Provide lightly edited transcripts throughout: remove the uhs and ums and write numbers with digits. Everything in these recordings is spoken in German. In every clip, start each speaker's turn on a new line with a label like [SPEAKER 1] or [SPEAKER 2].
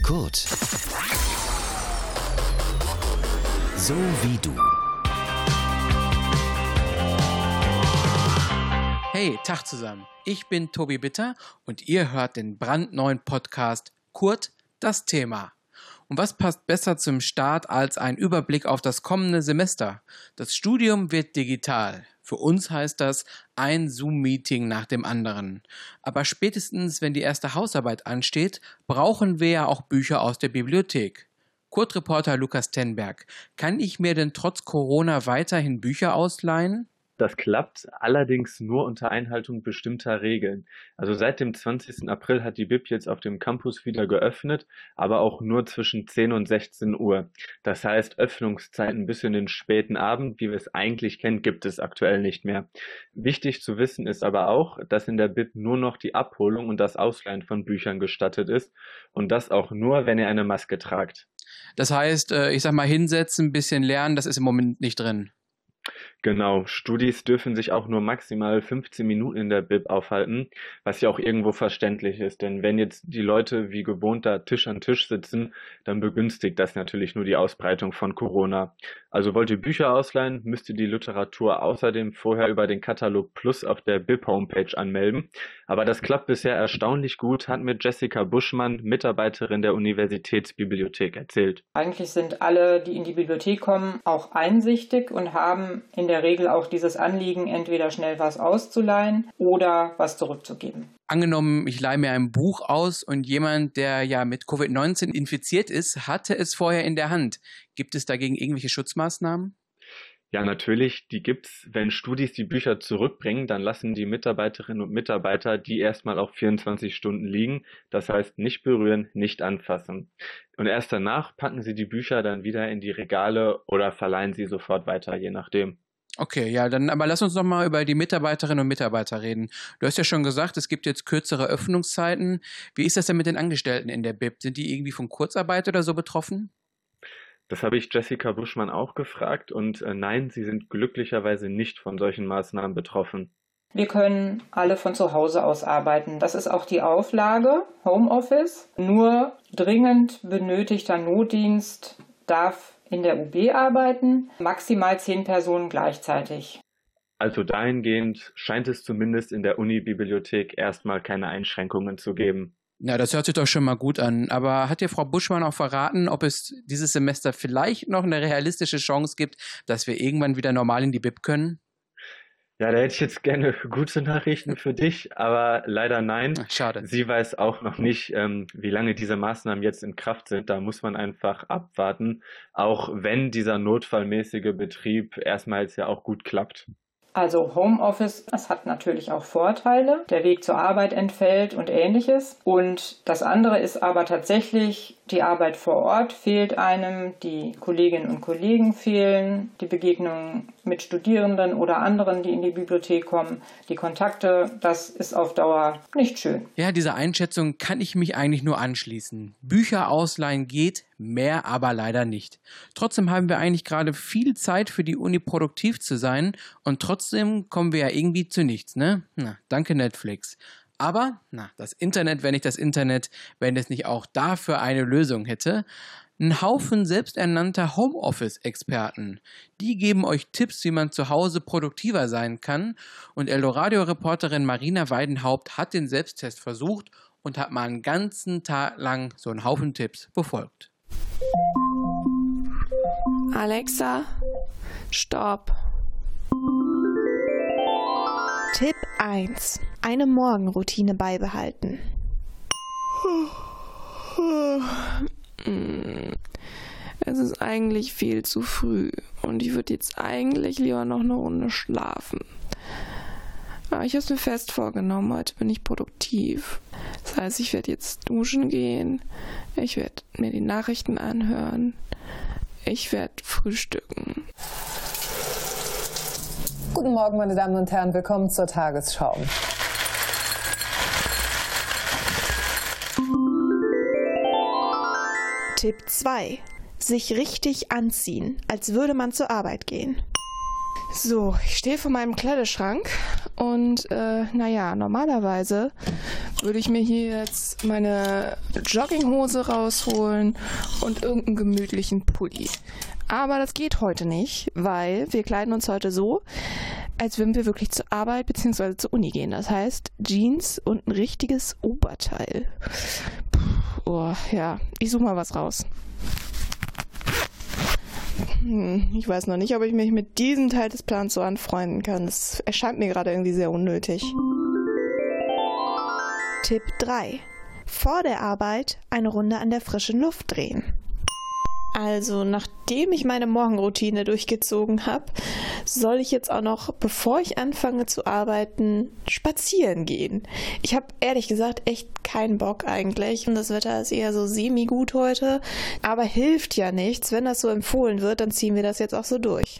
[SPEAKER 1] Kurt. So wie du.
[SPEAKER 2] Hey, Tag zusammen. Ich bin Tobi Bitter und ihr hört den brandneuen Podcast Kurt, das Thema. Und was passt besser zum Start als ein Überblick auf das kommende Semester? Das Studium wird digital. Für uns heißt das ein Zoom-Meeting nach dem anderen. Aber spätestens, wenn die erste Hausarbeit ansteht, brauchen wir ja auch Bücher aus der Bibliothek. Kurt-Reporter Lukas Tenberg, kann ich mir denn trotz Corona weiterhin Bücher ausleihen?
[SPEAKER 3] Das klappt allerdings nur unter Einhaltung bestimmter Regeln. Also seit dem 20. April hat die Bib jetzt auf dem Campus wieder geöffnet, aber auch nur zwischen 10 und 16 Uhr. Das heißt, Öffnungszeiten bis in den späten Abend, wie wir es eigentlich kennen, gibt es aktuell nicht mehr. Wichtig zu wissen ist aber auch, dass in der Bib nur noch die Abholung und das Ausleihen von Büchern gestattet ist und das auch nur, wenn ihr eine Maske tragt.
[SPEAKER 2] Das heißt, ich sag mal, hinsetzen, ein bisschen lernen, das ist im Moment nicht drin.
[SPEAKER 3] Genau, Studis dürfen sich auch nur maximal 15 Minuten in der Bib aufhalten, was ja auch irgendwo verständlich ist, denn wenn jetzt die Leute wie gewohnt da Tisch an Tisch sitzen, dann begünstigt das natürlich nur die Ausbreitung von Corona. Also wollt ihr Bücher ausleihen, müsst ihr die Literatur außerdem vorher über den Katalog Plus auf der Bib-Homepage anmelden. Aber das klappt bisher erstaunlich gut, hat mir Jessica Buschmann, Mitarbeiterin der Universitätsbibliothek, erzählt.
[SPEAKER 4] Eigentlich sind alle, die in die Bibliothek kommen, auch einsichtig und haben in der Regel auch dieses Anliegen, entweder schnell was auszuleihen oder was zurückzugeben.
[SPEAKER 2] Angenommen, ich leihe mir ein Buch aus und jemand, der ja mit Covid-19 infiziert ist, hatte es vorher in der Hand. Gibt es dagegen irgendwelche Schutzmaßnahmen?
[SPEAKER 3] Ja, natürlich, die gibt's. Wenn Studis die Bücher zurückbringen, dann lassen die Mitarbeiterinnen und Mitarbeiter die erstmal auch 24 Stunden liegen. Das heißt, nicht berühren, nicht anfassen. Und erst danach packen sie die Bücher dann wieder in die Regale oder verleihen sie sofort weiter, je nachdem.
[SPEAKER 2] Okay, ja, dann aber lass uns noch mal über die Mitarbeiterinnen und Mitarbeiter reden. Du hast ja schon gesagt, es gibt jetzt kürzere Öffnungszeiten. Wie ist das denn mit den Angestellten in der Bib? Sind die irgendwie von Kurzarbeit oder so betroffen?
[SPEAKER 3] Das habe ich Jessica Buschmann auch gefragt und nein, sie sind glücklicherweise nicht von solchen Maßnahmen betroffen.
[SPEAKER 4] Wir können alle von zu Hause aus arbeiten. Das ist auch die Auflage, Homeoffice. Nur dringend benötigter Notdienst darf in der UB arbeiten, maximal 10 Personen gleichzeitig.
[SPEAKER 3] Also dahingehend scheint es zumindest in der Uni-Bibliothek erstmal keine Einschränkungen zu geben.
[SPEAKER 2] Na, das hört sich doch schon mal gut an. Aber hat dir Frau Buschmann auch verraten, ob es dieses Semester vielleicht noch eine realistische Chance gibt, dass wir irgendwann wieder normal in die Bib können?
[SPEAKER 3] Ja, da hätte ich jetzt gerne gute Nachrichten für dich, aber leider nein.
[SPEAKER 2] Schade.
[SPEAKER 3] Sie weiß auch noch nicht, wie lange diese Maßnahmen jetzt in Kraft sind. Da muss man einfach abwarten, auch wenn dieser notfallmäßige Betrieb erstmals ja auch gut klappt.
[SPEAKER 4] Also Homeoffice, das hat natürlich auch Vorteile. Der Weg zur Arbeit entfällt und Ähnliches. Und das andere ist aber tatsächlich, die Arbeit vor Ort fehlt einem, die Kolleginnen und Kollegen fehlen, die Begegnungen mit Studierenden oder anderen, die in die Bibliothek kommen, die Kontakte, das ist auf Dauer nicht schön.
[SPEAKER 2] Ja, dieser Einschätzung kann ich mich eigentlich nur anschließen. Bücher ausleihen geht, mehr aber leider nicht. Trotzdem haben wir eigentlich gerade viel Zeit für die Uni produktiv zu sein und trotzdem kommen wir ja irgendwie zu nichts, ne? Na, danke Netflix. Aber, das Internet wäre nicht das Internet, wenn es nicht auch dafür eine Lösung hätte. Ein Haufen selbsternannter Homeoffice-Experten. Die geben euch Tipps, wie man zu Hause produktiver sein kann. Und Eldoradio-Reporterin Marina Weidenhaupt hat den Selbsttest versucht und hat mal einen ganzen Tag lang so einen Haufen Tipps befolgt.
[SPEAKER 5] Alexa, stopp.
[SPEAKER 6] Tipp 1. Eine Morgenroutine beibehalten.
[SPEAKER 5] Es ist eigentlich viel zu früh und ich würde jetzt eigentlich lieber noch eine Runde schlafen. Aber ich habe es mir fest vorgenommen, heute bin ich produktiv. Das heißt, ich werde jetzt duschen gehen, ich werde mir die Nachrichten anhören, ich werde frühstücken.
[SPEAKER 7] Guten Morgen, meine Damen und Herren, willkommen zur Tagesschau.
[SPEAKER 6] Tipp 2. Sich richtig anziehen, als würde man zur Arbeit gehen.
[SPEAKER 5] So, ich stehe vor meinem Kleiderschrank und normalerweise würde ich mir hier jetzt meine Jogginghose rausholen und irgendeinen gemütlichen Pulli. Aber das geht heute nicht, weil wir kleiden uns heute so, als würden wir wirklich zur Arbeit bzw. zur Uni gehen. Das heißt, Jeans und ein richtiges Oberteil. Ich suche mal was raus. Ich weiß noch nicht, ob ich mich mit diesem Teil des Plans so anfreunden kann. Das erscheint mir gerade irgendwie sehr unnötig.
[SPEAKER 6] Tipp 3. Vor der Arbeit eine Runde an der frischen Luft drehen. Also, nachdem ich meine Morgenroutine durchgezogen habe, soll ich jetzt auch noch, bevor ich anfange zu arbeiten, spazieren gehen. Ich habe ehrlich gesagt echt keinen Bock eigentlich. Und das Wetter ist eher so semi-gut heute. Aber hilft ja nichts. Wenn das so empfohlen wird, dann ziehen wir das jetzt auch so durch.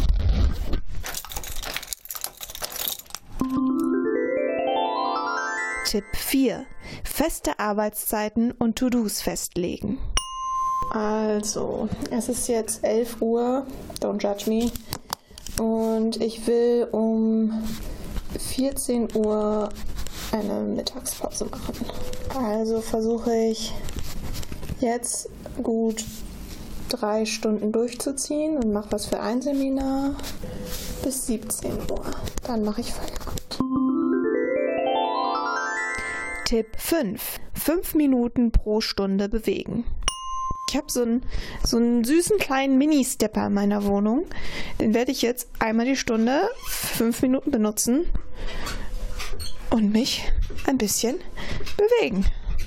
[SPEAKER 6] Tipp 4. Feste Arbeitszeiten und To-Dos festlegen.
[SPEAKER 5] Also, es ist jetzt 11 Uhr, don't judge me, und ich will um 14 Uhr eine Mittagspause machen. Also versuche ich jetzt gut 3 Stunden durchzuziehen und mache was für ein Seminar bis 17 Uhr. Dann mache ich Feierabend.
[SPEAKER 6] Tipp 5. 5 Minuten pro Stunde bewegen. Ich habe so einen süßen kleinen Mini-Stepper in meiner Wohnung. Den werde ich jetzt einmal die Stunde 5 Minuten benutzen und mich ein bisschen bewegen.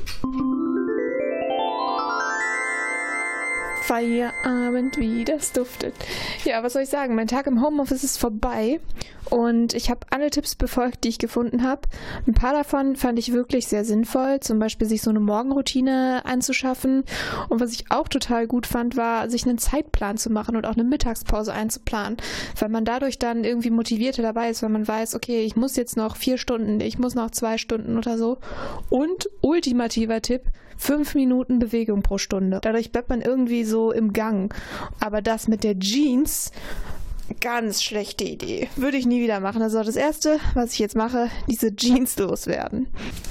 [SPEAKER 6] Feierabend, wie das duftet. Ja, was soll ich sagen? Mein Tag im Homeoffice ist vorbei und ich habe alle Tipps befolgt, die ich gefunden habe. Ein paar davon fand ich wirklich sehr sinnvoll, zum Beispiel sich so eine Morgenroutine anzuschaffen. Und was ich auch total gut fand, war, sich einen Zeitplan zu machen und auch eine Mittagspause einzuplanen, weil man dadurch dann irgendwie motivierter dabei ist, weil man weiß, okay, ich muss jetzt noch 4 Stunden, ich muss noch 2 Stunden oder so. Und ultimativer Tipp, 5 Minuten Bewegung pro Stunde. Dadurch bleibt man irgendwie so im Gang. Aber das mit der Jeans, ganz schlechte Idee. Würde ich nie wieder machen. Also das Erste, was ich jetzt mache, diese Jeans loswerden.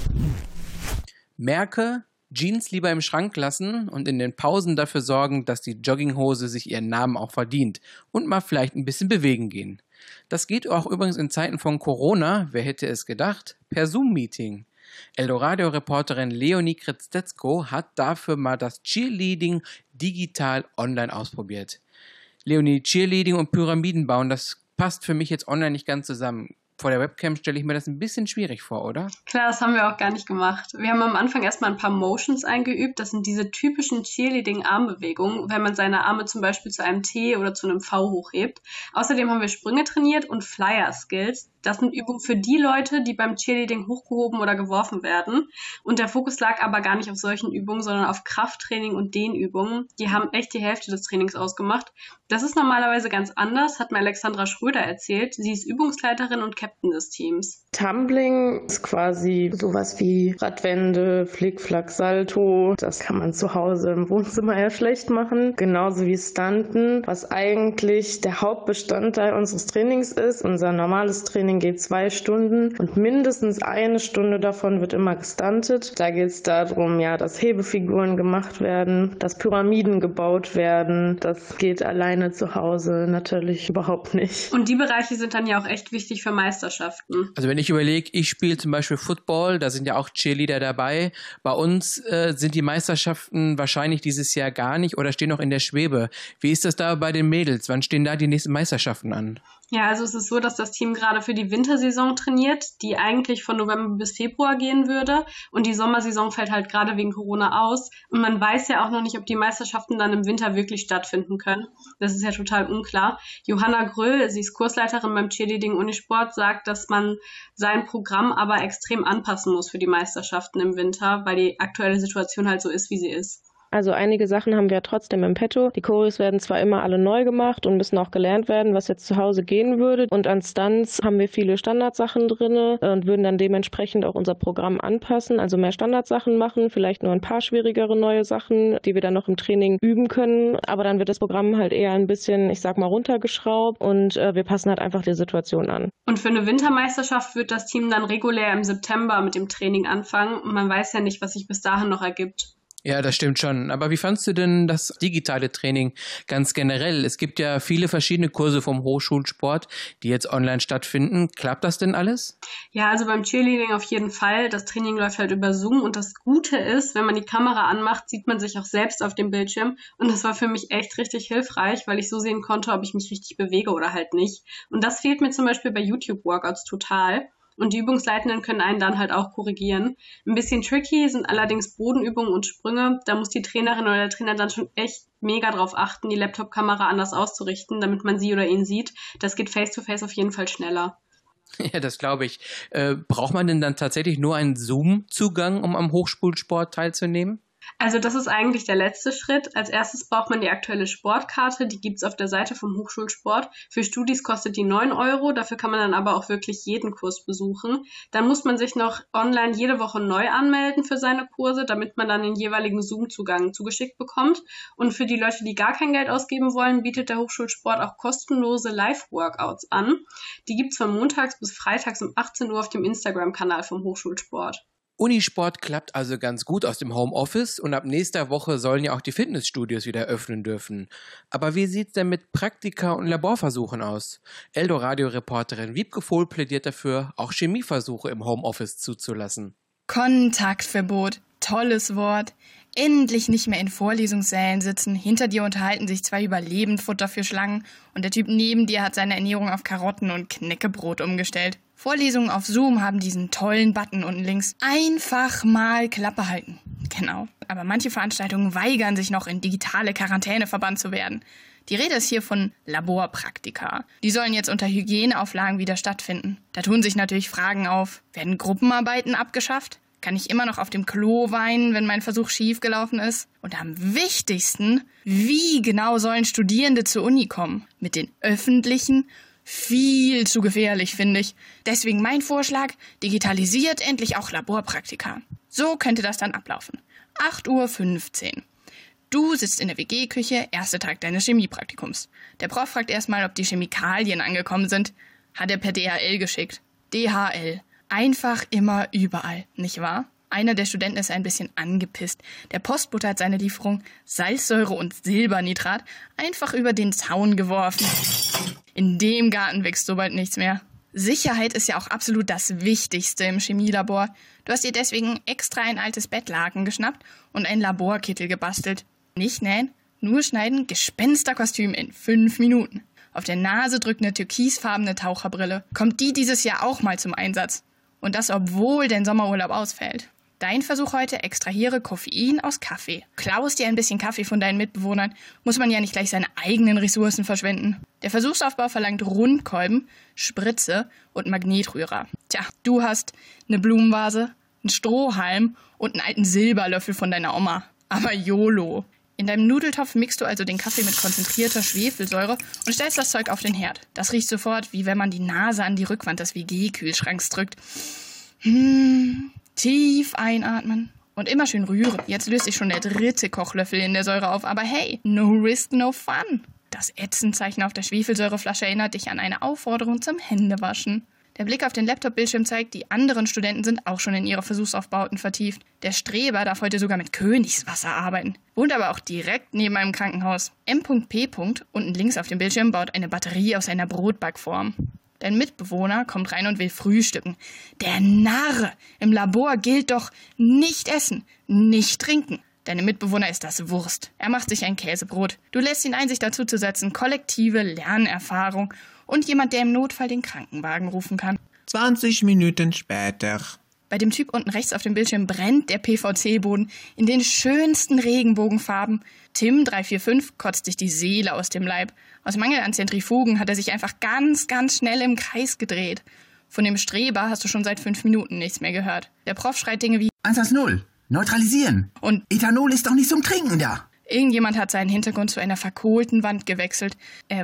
[SPEAKER 2] Merke, Jeans lieber im Schrank lassen und in den Pausen dafür sorgen, dass die Jogginghose sich ihren Namen auch verdient und mal vielleicht ein bisschen bewegen gehen. Das geht auch übrigens in Zeiten von Corona, wer hätte es gedacht, per Zoom-Meeting. Eldoradio-Reporterin Leonie Kretstetzko hat dafür mal das Cheerleading digital online ausprobiert. Leonie, Cheerleading und Pyramiden bauen, das passt für mich jetzt online nicht ganz zusammen. Vor der Webcam stelle ich mir das ein bisschen schwierig vor, oder?
[SPEAKER 8] Klar, das haben wir auch gar nicht gemacht. Wir haben am Anfang erstmal ein paar Motions eingeübt. Das sind diese typischen Cheerleading-Armbewegungen, wenn man seine Arme zum Beispiel zu einem T oder zu einem V hochhebt. Außerdem haben wir Sprünge trainiert und Flyer-Skills. Das sind Übungen für die Leute, die beim Cheerleading hochgehoben oder geworfen werden. Und der Fokus lag aber gar nicht auf solchen Übungen, sondern auf Krafttraining und Dehnübungen. Die haben echt die Hälfte des Trainings ausgemacht. Das ist normalerweise ganz anders, hat mir Alexandra Schröder erzählt. Sie ist Übungsleiterin und Captain des Teams.
[SPEAKER 9] Tumbling ist quasi sowas wie Radwände, Flickflack, Salto. Das kann man zu Hause im Wohnzimmer ja schlecht machen. Genauso wie Stunten, was eigentlich der Hauptbestandteil unseres Trainings ist. Unser normales Training geht 2 Stunden und mindestens 1 Stunde davon wird immer gestuntet. Da geht es darum, dass Hebefiguren gemacht werden, dass Pyramiden gebaut werden. Das geht alleine zu Hause natürlich überhaupt nicht.
[SPEAKER 8] Und die Bereiche sind dann ja auch echt wichtig für Meisterschaften.
[SPEAKER 2] Also wenn ich überlege, ich spiele zum Beispiel Football, da sind ja auch Cheerleader dabei. Bei uns sind die Meisterschaften wahrscheinlich dieses Jahr gar nicht oder stehen noch in der Schwebe. Wie ist das da bei den Mädels? Wann stehen da die nächsten Meisterschaften an?
[SPEAKER 8] Ja, also es ist so, dass das Team gerade für die Wintersaison trainiert, die eigentlich von November bis Februar gehen würde. Und die Sommersaison fällt halt gerade wegen Corona aus. Und man weiß ja auch noch nicht, ob die Meisterschaften dann im Winter wirklich stattfinden können. Das ist ja total unklar. Johanna Gröll, sie ist Kursleiterin beim Cheerleading Unisport, sagt, dass man sein Programm aber extrem anpassen muss für die Meisterschaften im Winter, weil die aktuelle Situation halt so ist, wie sie ist.
[SPEAKER 9] Also einige Sachen haben wir ja trotzdem im Petto. Die Choreos werden zwar immer alle neu gemacht und müssen auch gelernt werden, was jetzt zu Hause gehen würde. Und an Stunts haben wir viele Standardsachen drin und würden dann dementsprechend auch unser Programm anpassen. Also mehr Standardsachen machen, vielleicht nur ein paar schwierigere neue Sachen, die wir dann noch im Training üben können. Aber dann wird das Programm halt eher ein bisschen, ich sag mal, runtergeschraubt und wir passen halt einfach die Situation an.
[SPEAKER 8] Und für eine Wintermeisterschaft wird das Team dann regulär im September mit dem Training anfangen. Und man weiß ja nicht, was sich bis dahin noch ergibt.
[SPEAKER 2] Ja, das stimmt schon. Aber wie fandst du denn das digitale Training ganz generell? Es gibt ja viele verschiedene Kurse vom Hochschulsport, die jetzt online stattfinden. Klappt das denn alles?
[SPEAKER 8] Ja, also beim Cheerleading auf jeden Fall. Das Training läuft halt über Zoom und das Gute ist, wenn man die Kamera anmacht, sieht man sich auch selbst auf dem Bildschirm und das war für mich echt richtig hilfreich, weil ich so sehen konnte, ob ich mich richtig bewege oder halt nicht. Und das fehlt mir zum Beispiel bei YouTube-Workouts total. Und die Übungsleitenden können einen dann halt auch korrigieren. Ein bisschen tricky sind allerdings Bodenübungen und Sprünge. Da muss die Trainerin oder der Trainer dann schon echt mega drauf achten, die Laptop-Kamera anders auszurichten, damit man sie oder ihn sieht. Das geht face-to-face auf jeden Fall schneller.
[SPEAKER 2] Ja, das glaube ich. Braucht man denn dann tatsächlich nur einen Zoom-Zugang, um am Hochschulsport teilzunehmen?
[SPEAKER 8] Also das ist eigentlich der letzte Schritt. Als erstes braucht man die aktuelle Sportkarte. Die gibt's auf der Seite vom Hochschulsport. Für Studis kostet die 9 €. Dafür kann man dann aber auch wirklich jeden Kurs besuchen. Dann muss man sich noch online jede Woche neu anmelden für seine Kurse, damit man dann den jeweiligen Zoom-Zugang zugeschickt bekommt. Und für die Leute, die gar kein Geld ausgeben wollen, bietet der Hochschulsport auch kostenlose Live-Workouts an. Die gibt's von montags bis freitags um 18 Uhr auf dem Instagram-Kanal vom Hochschulsport.
[SPEAKER 2] Unisport klappt also ganz gut aus dem Homeoffice und ab nächster Woche sollen ja auch die Fitnessstudios wieder öffnen dürfen. Aber wie sieht's denn mit Praktika und Laborversuchen aus? Eldoradio-Reporterin Wiebke Vohl plädiert dafür, auch Chemieversuche im Homeoffice zuzulassen.
[SPEAKER 10] Kontaktverbot, tolles Wort. Endlich nicht mehr in Vorlesungssälen sitzen. Hinter dir unterhalten sich 2 Überlebendfutter für Schlangen und der Typ neben dir hat seine Ernährung auf Karotten und Knäckebrot umgestellt. Vorlesungen auf Zoom haben diesen tollen Button unten links. Einfach mal Klappe halten. Genau. Aber manche Veranstaltungen weigern sich noch, in digitale Quarantäne verbannt zu werden. Die Rede ist hier von Laborpraktika. Die sollen jetzt unter Hygieneauflagen wieder stattfinden. Da tun sich natürlich Fragen auf. Werden Gruppenarbeiten abgeschafft? Kann ich immer noch auf dem Klo weinen, wenn mein Versuch schiefgelaufen ist? Und am wichtigsten, wie genau sollen Studierende zur Uni kommen? Mit den öffentlichen? Viel zu gefährlich, finde ich. Deswegen mein Vorschlag, digitalisiert endlich auch Laborpraktika. So könnte das dann ablaufen. 8:15 Uhr. Du sitzt in der WG-Küche, erster Tag deines Chemiepraktikums. Der Prof fragt erstmal, ob die Chemikalien angekommen sind. Hat er per DHL geschickt. DHL. Einfach immer überall, nicht wahr? Einer der Studenten ist ein bisschen angepisst. Der Postbote hat seine Lieferung Salzsäure und Silbernitrat einfach über den Zaun geworfen. In dem Garten wächst so bald nichts mehr. Sicherheit ist ja auch absolut das Wichtigste im Chemielabor. Du hast dir deswegen extra ein altes Bettlaken geschnappt und einen Laborkittel gebastelt. Nicht nähen, nur schneiden, Gespensterkostüm in 5 Minuten. Auf der Nase drückt eine türkisfarbene Taucherbrille. Kommt die dieses Jahr auch mal zum Einsatz? Und das, obwohl dein Sommerurlaub ausfällt. Dein Versuch heute, extrahiere Koffein aus Kaffee. Klaust dir ein bisschen Kaffee von deinen Mitbewohnern, muss man ja nicht gleich seine eigenen Ressourcen verschwenden. Der Versuchsaufbau verlangt Rundkolben, Spritze und Magnetrührer. Tja, du hast eine Blumenvase, einen Strohhalm und einen alten Silberlöffel von deiner Oma. Aber YOLO. In deinem Nudeltopf mixt du also den Kaffee mit konzentrierter Schwefelsäure und stellst das Zeug auf den Herd. Das riecht sofort, wie wenn man die Nase an die Rückwand des WG-Kühlschranks drückt. Tief einatmen und immer schön rühren. Jetzt löst sich schon der 3. Kochlöffel in der Säure auf, aber hey, no risk, no fun. Das Ätzenzeichen auf der Schwefelsäureflasche erinnert dich an eine Aufforderung zum Händewaschen. Der Blick auf den Laptop-Bildschirm zeigt, die anderen Studenten sind auch schon in ihre Versuchsaufbauten vertieft. Der Streber darf heute sogar mit Königswasser arbeiten. Wohnt aber auch direkt neben einem Krankenhaus. M.P. unten links auf dem Bildschirm baut eine Batterie aus einer Brotbackform. Dein Mitbewohner kommt rein und will frühstücken. Der Narr! Im Labor gilt doch nicht essen, nicht trinken. Deinem Mitbewohner ist das Wurst. Er macht sich ein Käsebrot. Du lässt ihn ein, sich dazu zu setzen, kollektive Lernerfahrung und jemand, der im Notfall den Krankenwagen rufen kann.
[SPEAKER 11] 20 Minuten später.
[SPEAKER 10] Bei dem Typ unten rechts auf dem Bildschirm brennt der PVC-Boden in den schönsten Regenbogenfarben. Tim 345 kotzt sich die Seele aus dem Leib. Aus Mangel an Zentrifugen hat er sich einfach ganz, ganz schnell im Kreis gedreht. Von dem Streber hast du schon seit 5 Minuten nichts mehr gehört. Der Prof schreit Dinge wie
[SPEAKER 11] 110, neutralisieren.
[SPEAKER 10] Und
[SPEAKER 11] Ethanol ist doch nicht zum Trinken da.
[SPEAKER 10] irgendjemand hat seinen Hintergrund zu einer verkohlten Wand gewechselt.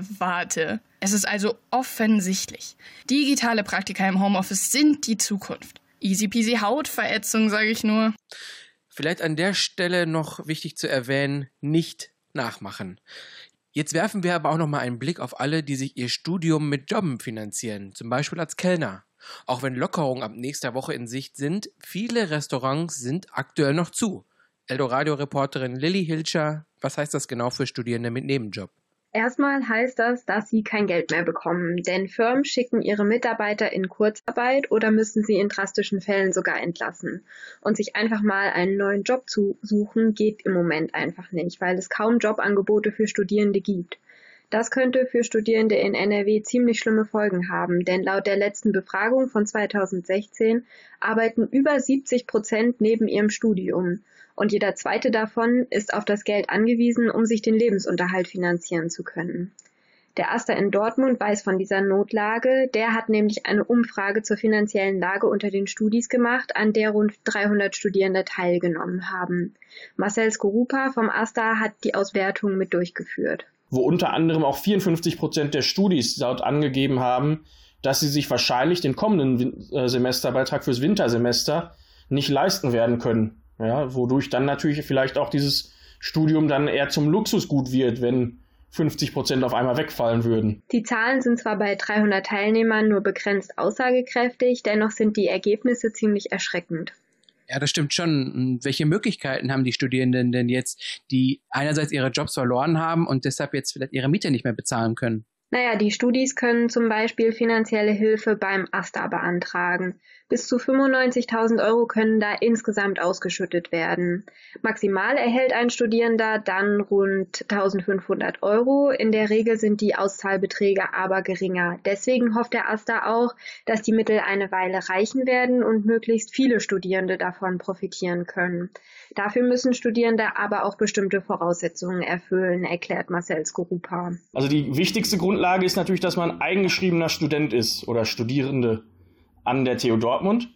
[SPEAKER 10] Warte. Es ist also offensichtlich. Digitale Praktika im Homeoffice sind die Zukunft. Easy peasy Hautverätzung, sage ich nur.
[SPEAKER 2] Vielleicht an der Stelle noch wichtig zu erwähnen, nicht nachmachen. Jetzt werfen wir aber auch noch mal einen Blick auf alle, die sich ihr Studium mit Jobben finanzieren, zum Beispiel als Kellner. Auch wenn Lockerungen ab nächster Woche in Sicht sind, viele Restaurants sind aktuell noch zu. Eldoradio-Reporterin Lilly Hilscher, was heißt das genau für Studierende mit Nebenjob?
[SPEAKER 12] Erstmal heißt das, dass sie kein Geld mehr bekommen, denn Firmen schicken ihre Mitarbeiter in Kurzarbeit oder müssen sie in drastischen Fällen sogar entlassen. Und sich einfach mal einen neuen Job zu suchen, geht im Moment einfach nicht, weil es kaum Jobangebote für Studierende gibt. Das könnte für Studierende in NRW ziemlich schlimme Folgen haben, denn laut der letzten Befragung von 2016 arbeiten über 70% neben ihrem Studium. Und jeder zweite davon ist auf das Geld angewiesen, um sich den Lebensunterhalt finanzieren zu können. Der AStA in Dortmund weiß von dieser Notlage. Der hat nämlich eine Umfrage zur finanziellen Lage unter den Studis gemacht, an der rund 300 Studierende teilgenommen haben. Marcel Skorupa vom AStA hat die Auswertung mit durchgeführt.
[SPEAKER 13] Wo unter anderem auch 54% der Studis laut angegeben haben, dass sie sich wahrscheinlich den kommenden Semesterbeitrag fürs Wintersemester nicht leisten werden können. Ja, wodurch dann natürlich vielleicht auch dieses Studium dann eher zum Luxusgut wird, wenn 50% auf einmal wegfallen würden.
[SPEAKER 12] Die Zahlen sind zwar bei 300 Teilnehmern nur begrenzt aussagekräftig, dennoch sind die Ergebnisse ziemlich erschreckend.
[SPEAKER 2] Ja, das stimmt schon. Welche Möglichkeiten haben die Studierenden denn jetzt, die einerseits ihre Jobs verloren haben und deshalb jetzt vielleicht ihre Miete nicht mehr bezahlen können?
[SPEAKER 12] Naja, die Studis können zum Beispiel finanzielle Hilfe beim AStA beantragen. Bis zu 95.000 Euro können da insgesamt ausgeschüttet werden. Maximal erhält ein Studierender dann rund 1.500 Euro. In der Regel sind die Auszahlbeträge aber geringer. Deswegen hofft der AStA auch, dass die Mittel eine Weile reichen werden und möglichst viele Studierende davon profitieren können. Dafür müssen Studierende aber auch bestimmte Voraussetzungen erfüllen, erklärt Marcel Skorupa.
[SPEAKER 13] Also die wichtigste Grundlage ist natürlich, dass man eingeschriebener Student ist oder Studierende an der TU Dortmund.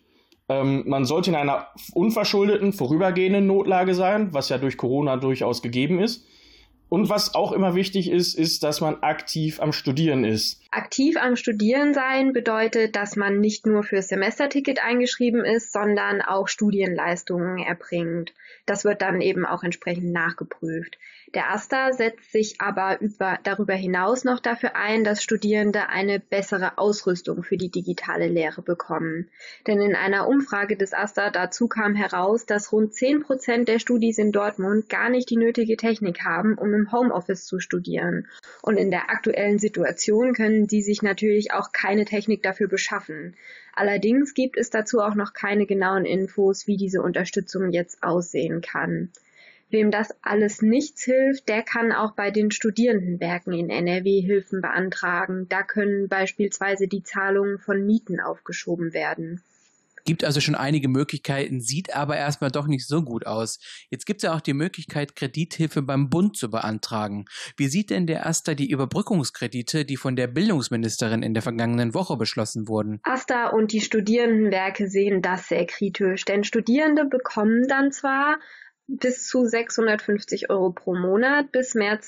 [SPEAKER 13] Man sollte in einer unverschuldeten, vorübergehenden Notlage sein, was ja durch Corona durchaus gegeben ist. Und was auch immer wichtig ist, ist, dass man aktiv am Studieren ist.
[SPEAKER 12] Aktiv am Studieren sein bedeutet, dass man nicht nur fürs Semesterticket eingeschrieben ist, sondern auch Studienleistungen erbringt. Das wird dann eben auch entsprechend nachgeprüft. Der AStA setzt sich aber darüber hinaus noch dafür ein, dass Studierende eine bessere Ausrüstung für die digitale Lehre bekommen. Denn in einer Umfrage des AStA dazu kam heraus, dass rund 10% der Studis in Dortmund gar nicht die nötige Technik haben, um im Homeoffice zu studieren. Und in der aktuellen Situation können sie sich natürlich auch keine Technik dafür beschaffen. Allerdings gibt es dazu auch noch keine genauen Infos, wie diese Unterstützung jetzt aussehen kann. Wem das alles nichts hilft, der kann auch bei den Studierendenwerken in NRW Hilfen beantragen. Da können beispielsweise die Zahlungen von Mieten aufgeschoben werden.
[SPEAKER 2] Gibt also schon einige Möglichkeiten, sieht aber erstmal doch nicht so gut aus. Jetzt gibt es ja auch die Möglichkeit, Kredithilfe beim Bund zu beantragen. Wie sieht denn der AStA die Überbrückungskredite, die von der Bildungsministerin in der vergangenen Woche beschlossen wurden?
[SPEAKER 12] AStA und die Studierendenwerke sehen das sehr kritisch, denn Studierende bekommen dann zwar bis zu 650 Euro pro Monat bis März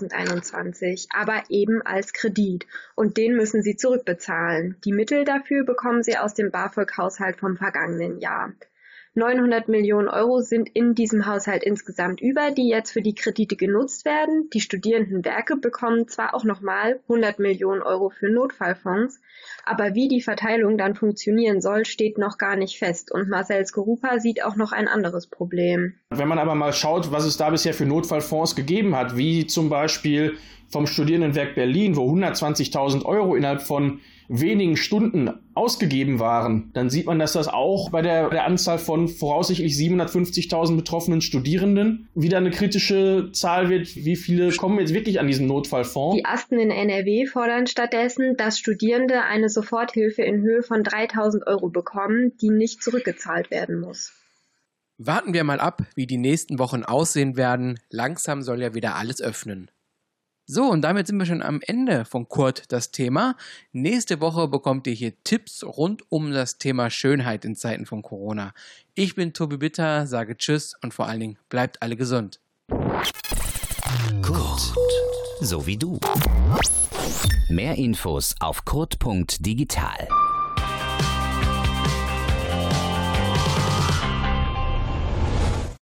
[SPEAKER 12] 2021, aber eben als Kredit. Und den müssen sie zurückbezahlen. Die Mittel dafür bekommen sie aus dem BAföG-Haushalt vom vergangenen Jahr. 900 Millionen Euro sind in diesem Haushalt insgesamt über, die jetzt für die Kredite genutzt werden. Die Studierendenwerke bekommen zwar auch nochmal 100 Millionen Euro für Notfallfonds, aber wie die Verteilung dann funktionieren soll, steht noch gar nicht fest. Und Marcel Skorupa sieht auch noch ein anderes Problem.
[SPEAKER 13] Wenn man aber mal schaut, was es da bisher für Notfallfonds gegeben hat, wie zum Beispiel vom Studierendenwerk Berlin, wo 120.000 Euro innerhalb von wenigen Stunden ausgegeben waren, dann sieht man, dass das auch bei der Anzahl von voraussichtlich 750.000 betroffenen Studierenden wieder eine kritische Zahl wird. Wie viele kommen jetzt wirklich an diesen Notfallfonds?
[SPEAKER 12] Die Asten in NRW fordern stattdessen, dass Studierende eine Soforthilfe in Höhe von 3.000 Euro bekommen, die nicht zurückgezahlt werden muss.
[SPEAKER 2] Warten wir mal ab, wie die nächsten Wochen aussehen werden. Langsam soll ja wieder alles öffnen. So, und damit sind wir schon am Ende von Kurt das Thema. Nächste Woche bekommt ihr hier Tipps rund um das Thema Schönheit in Zeiten von Corona. Ich bin Tobi Bitter, sage Tschüss und vor allen Dingen bleibt alle gesund.
[SPEAKER 1] Kurt, so wie du. Mehr Infos auf kurt.digital.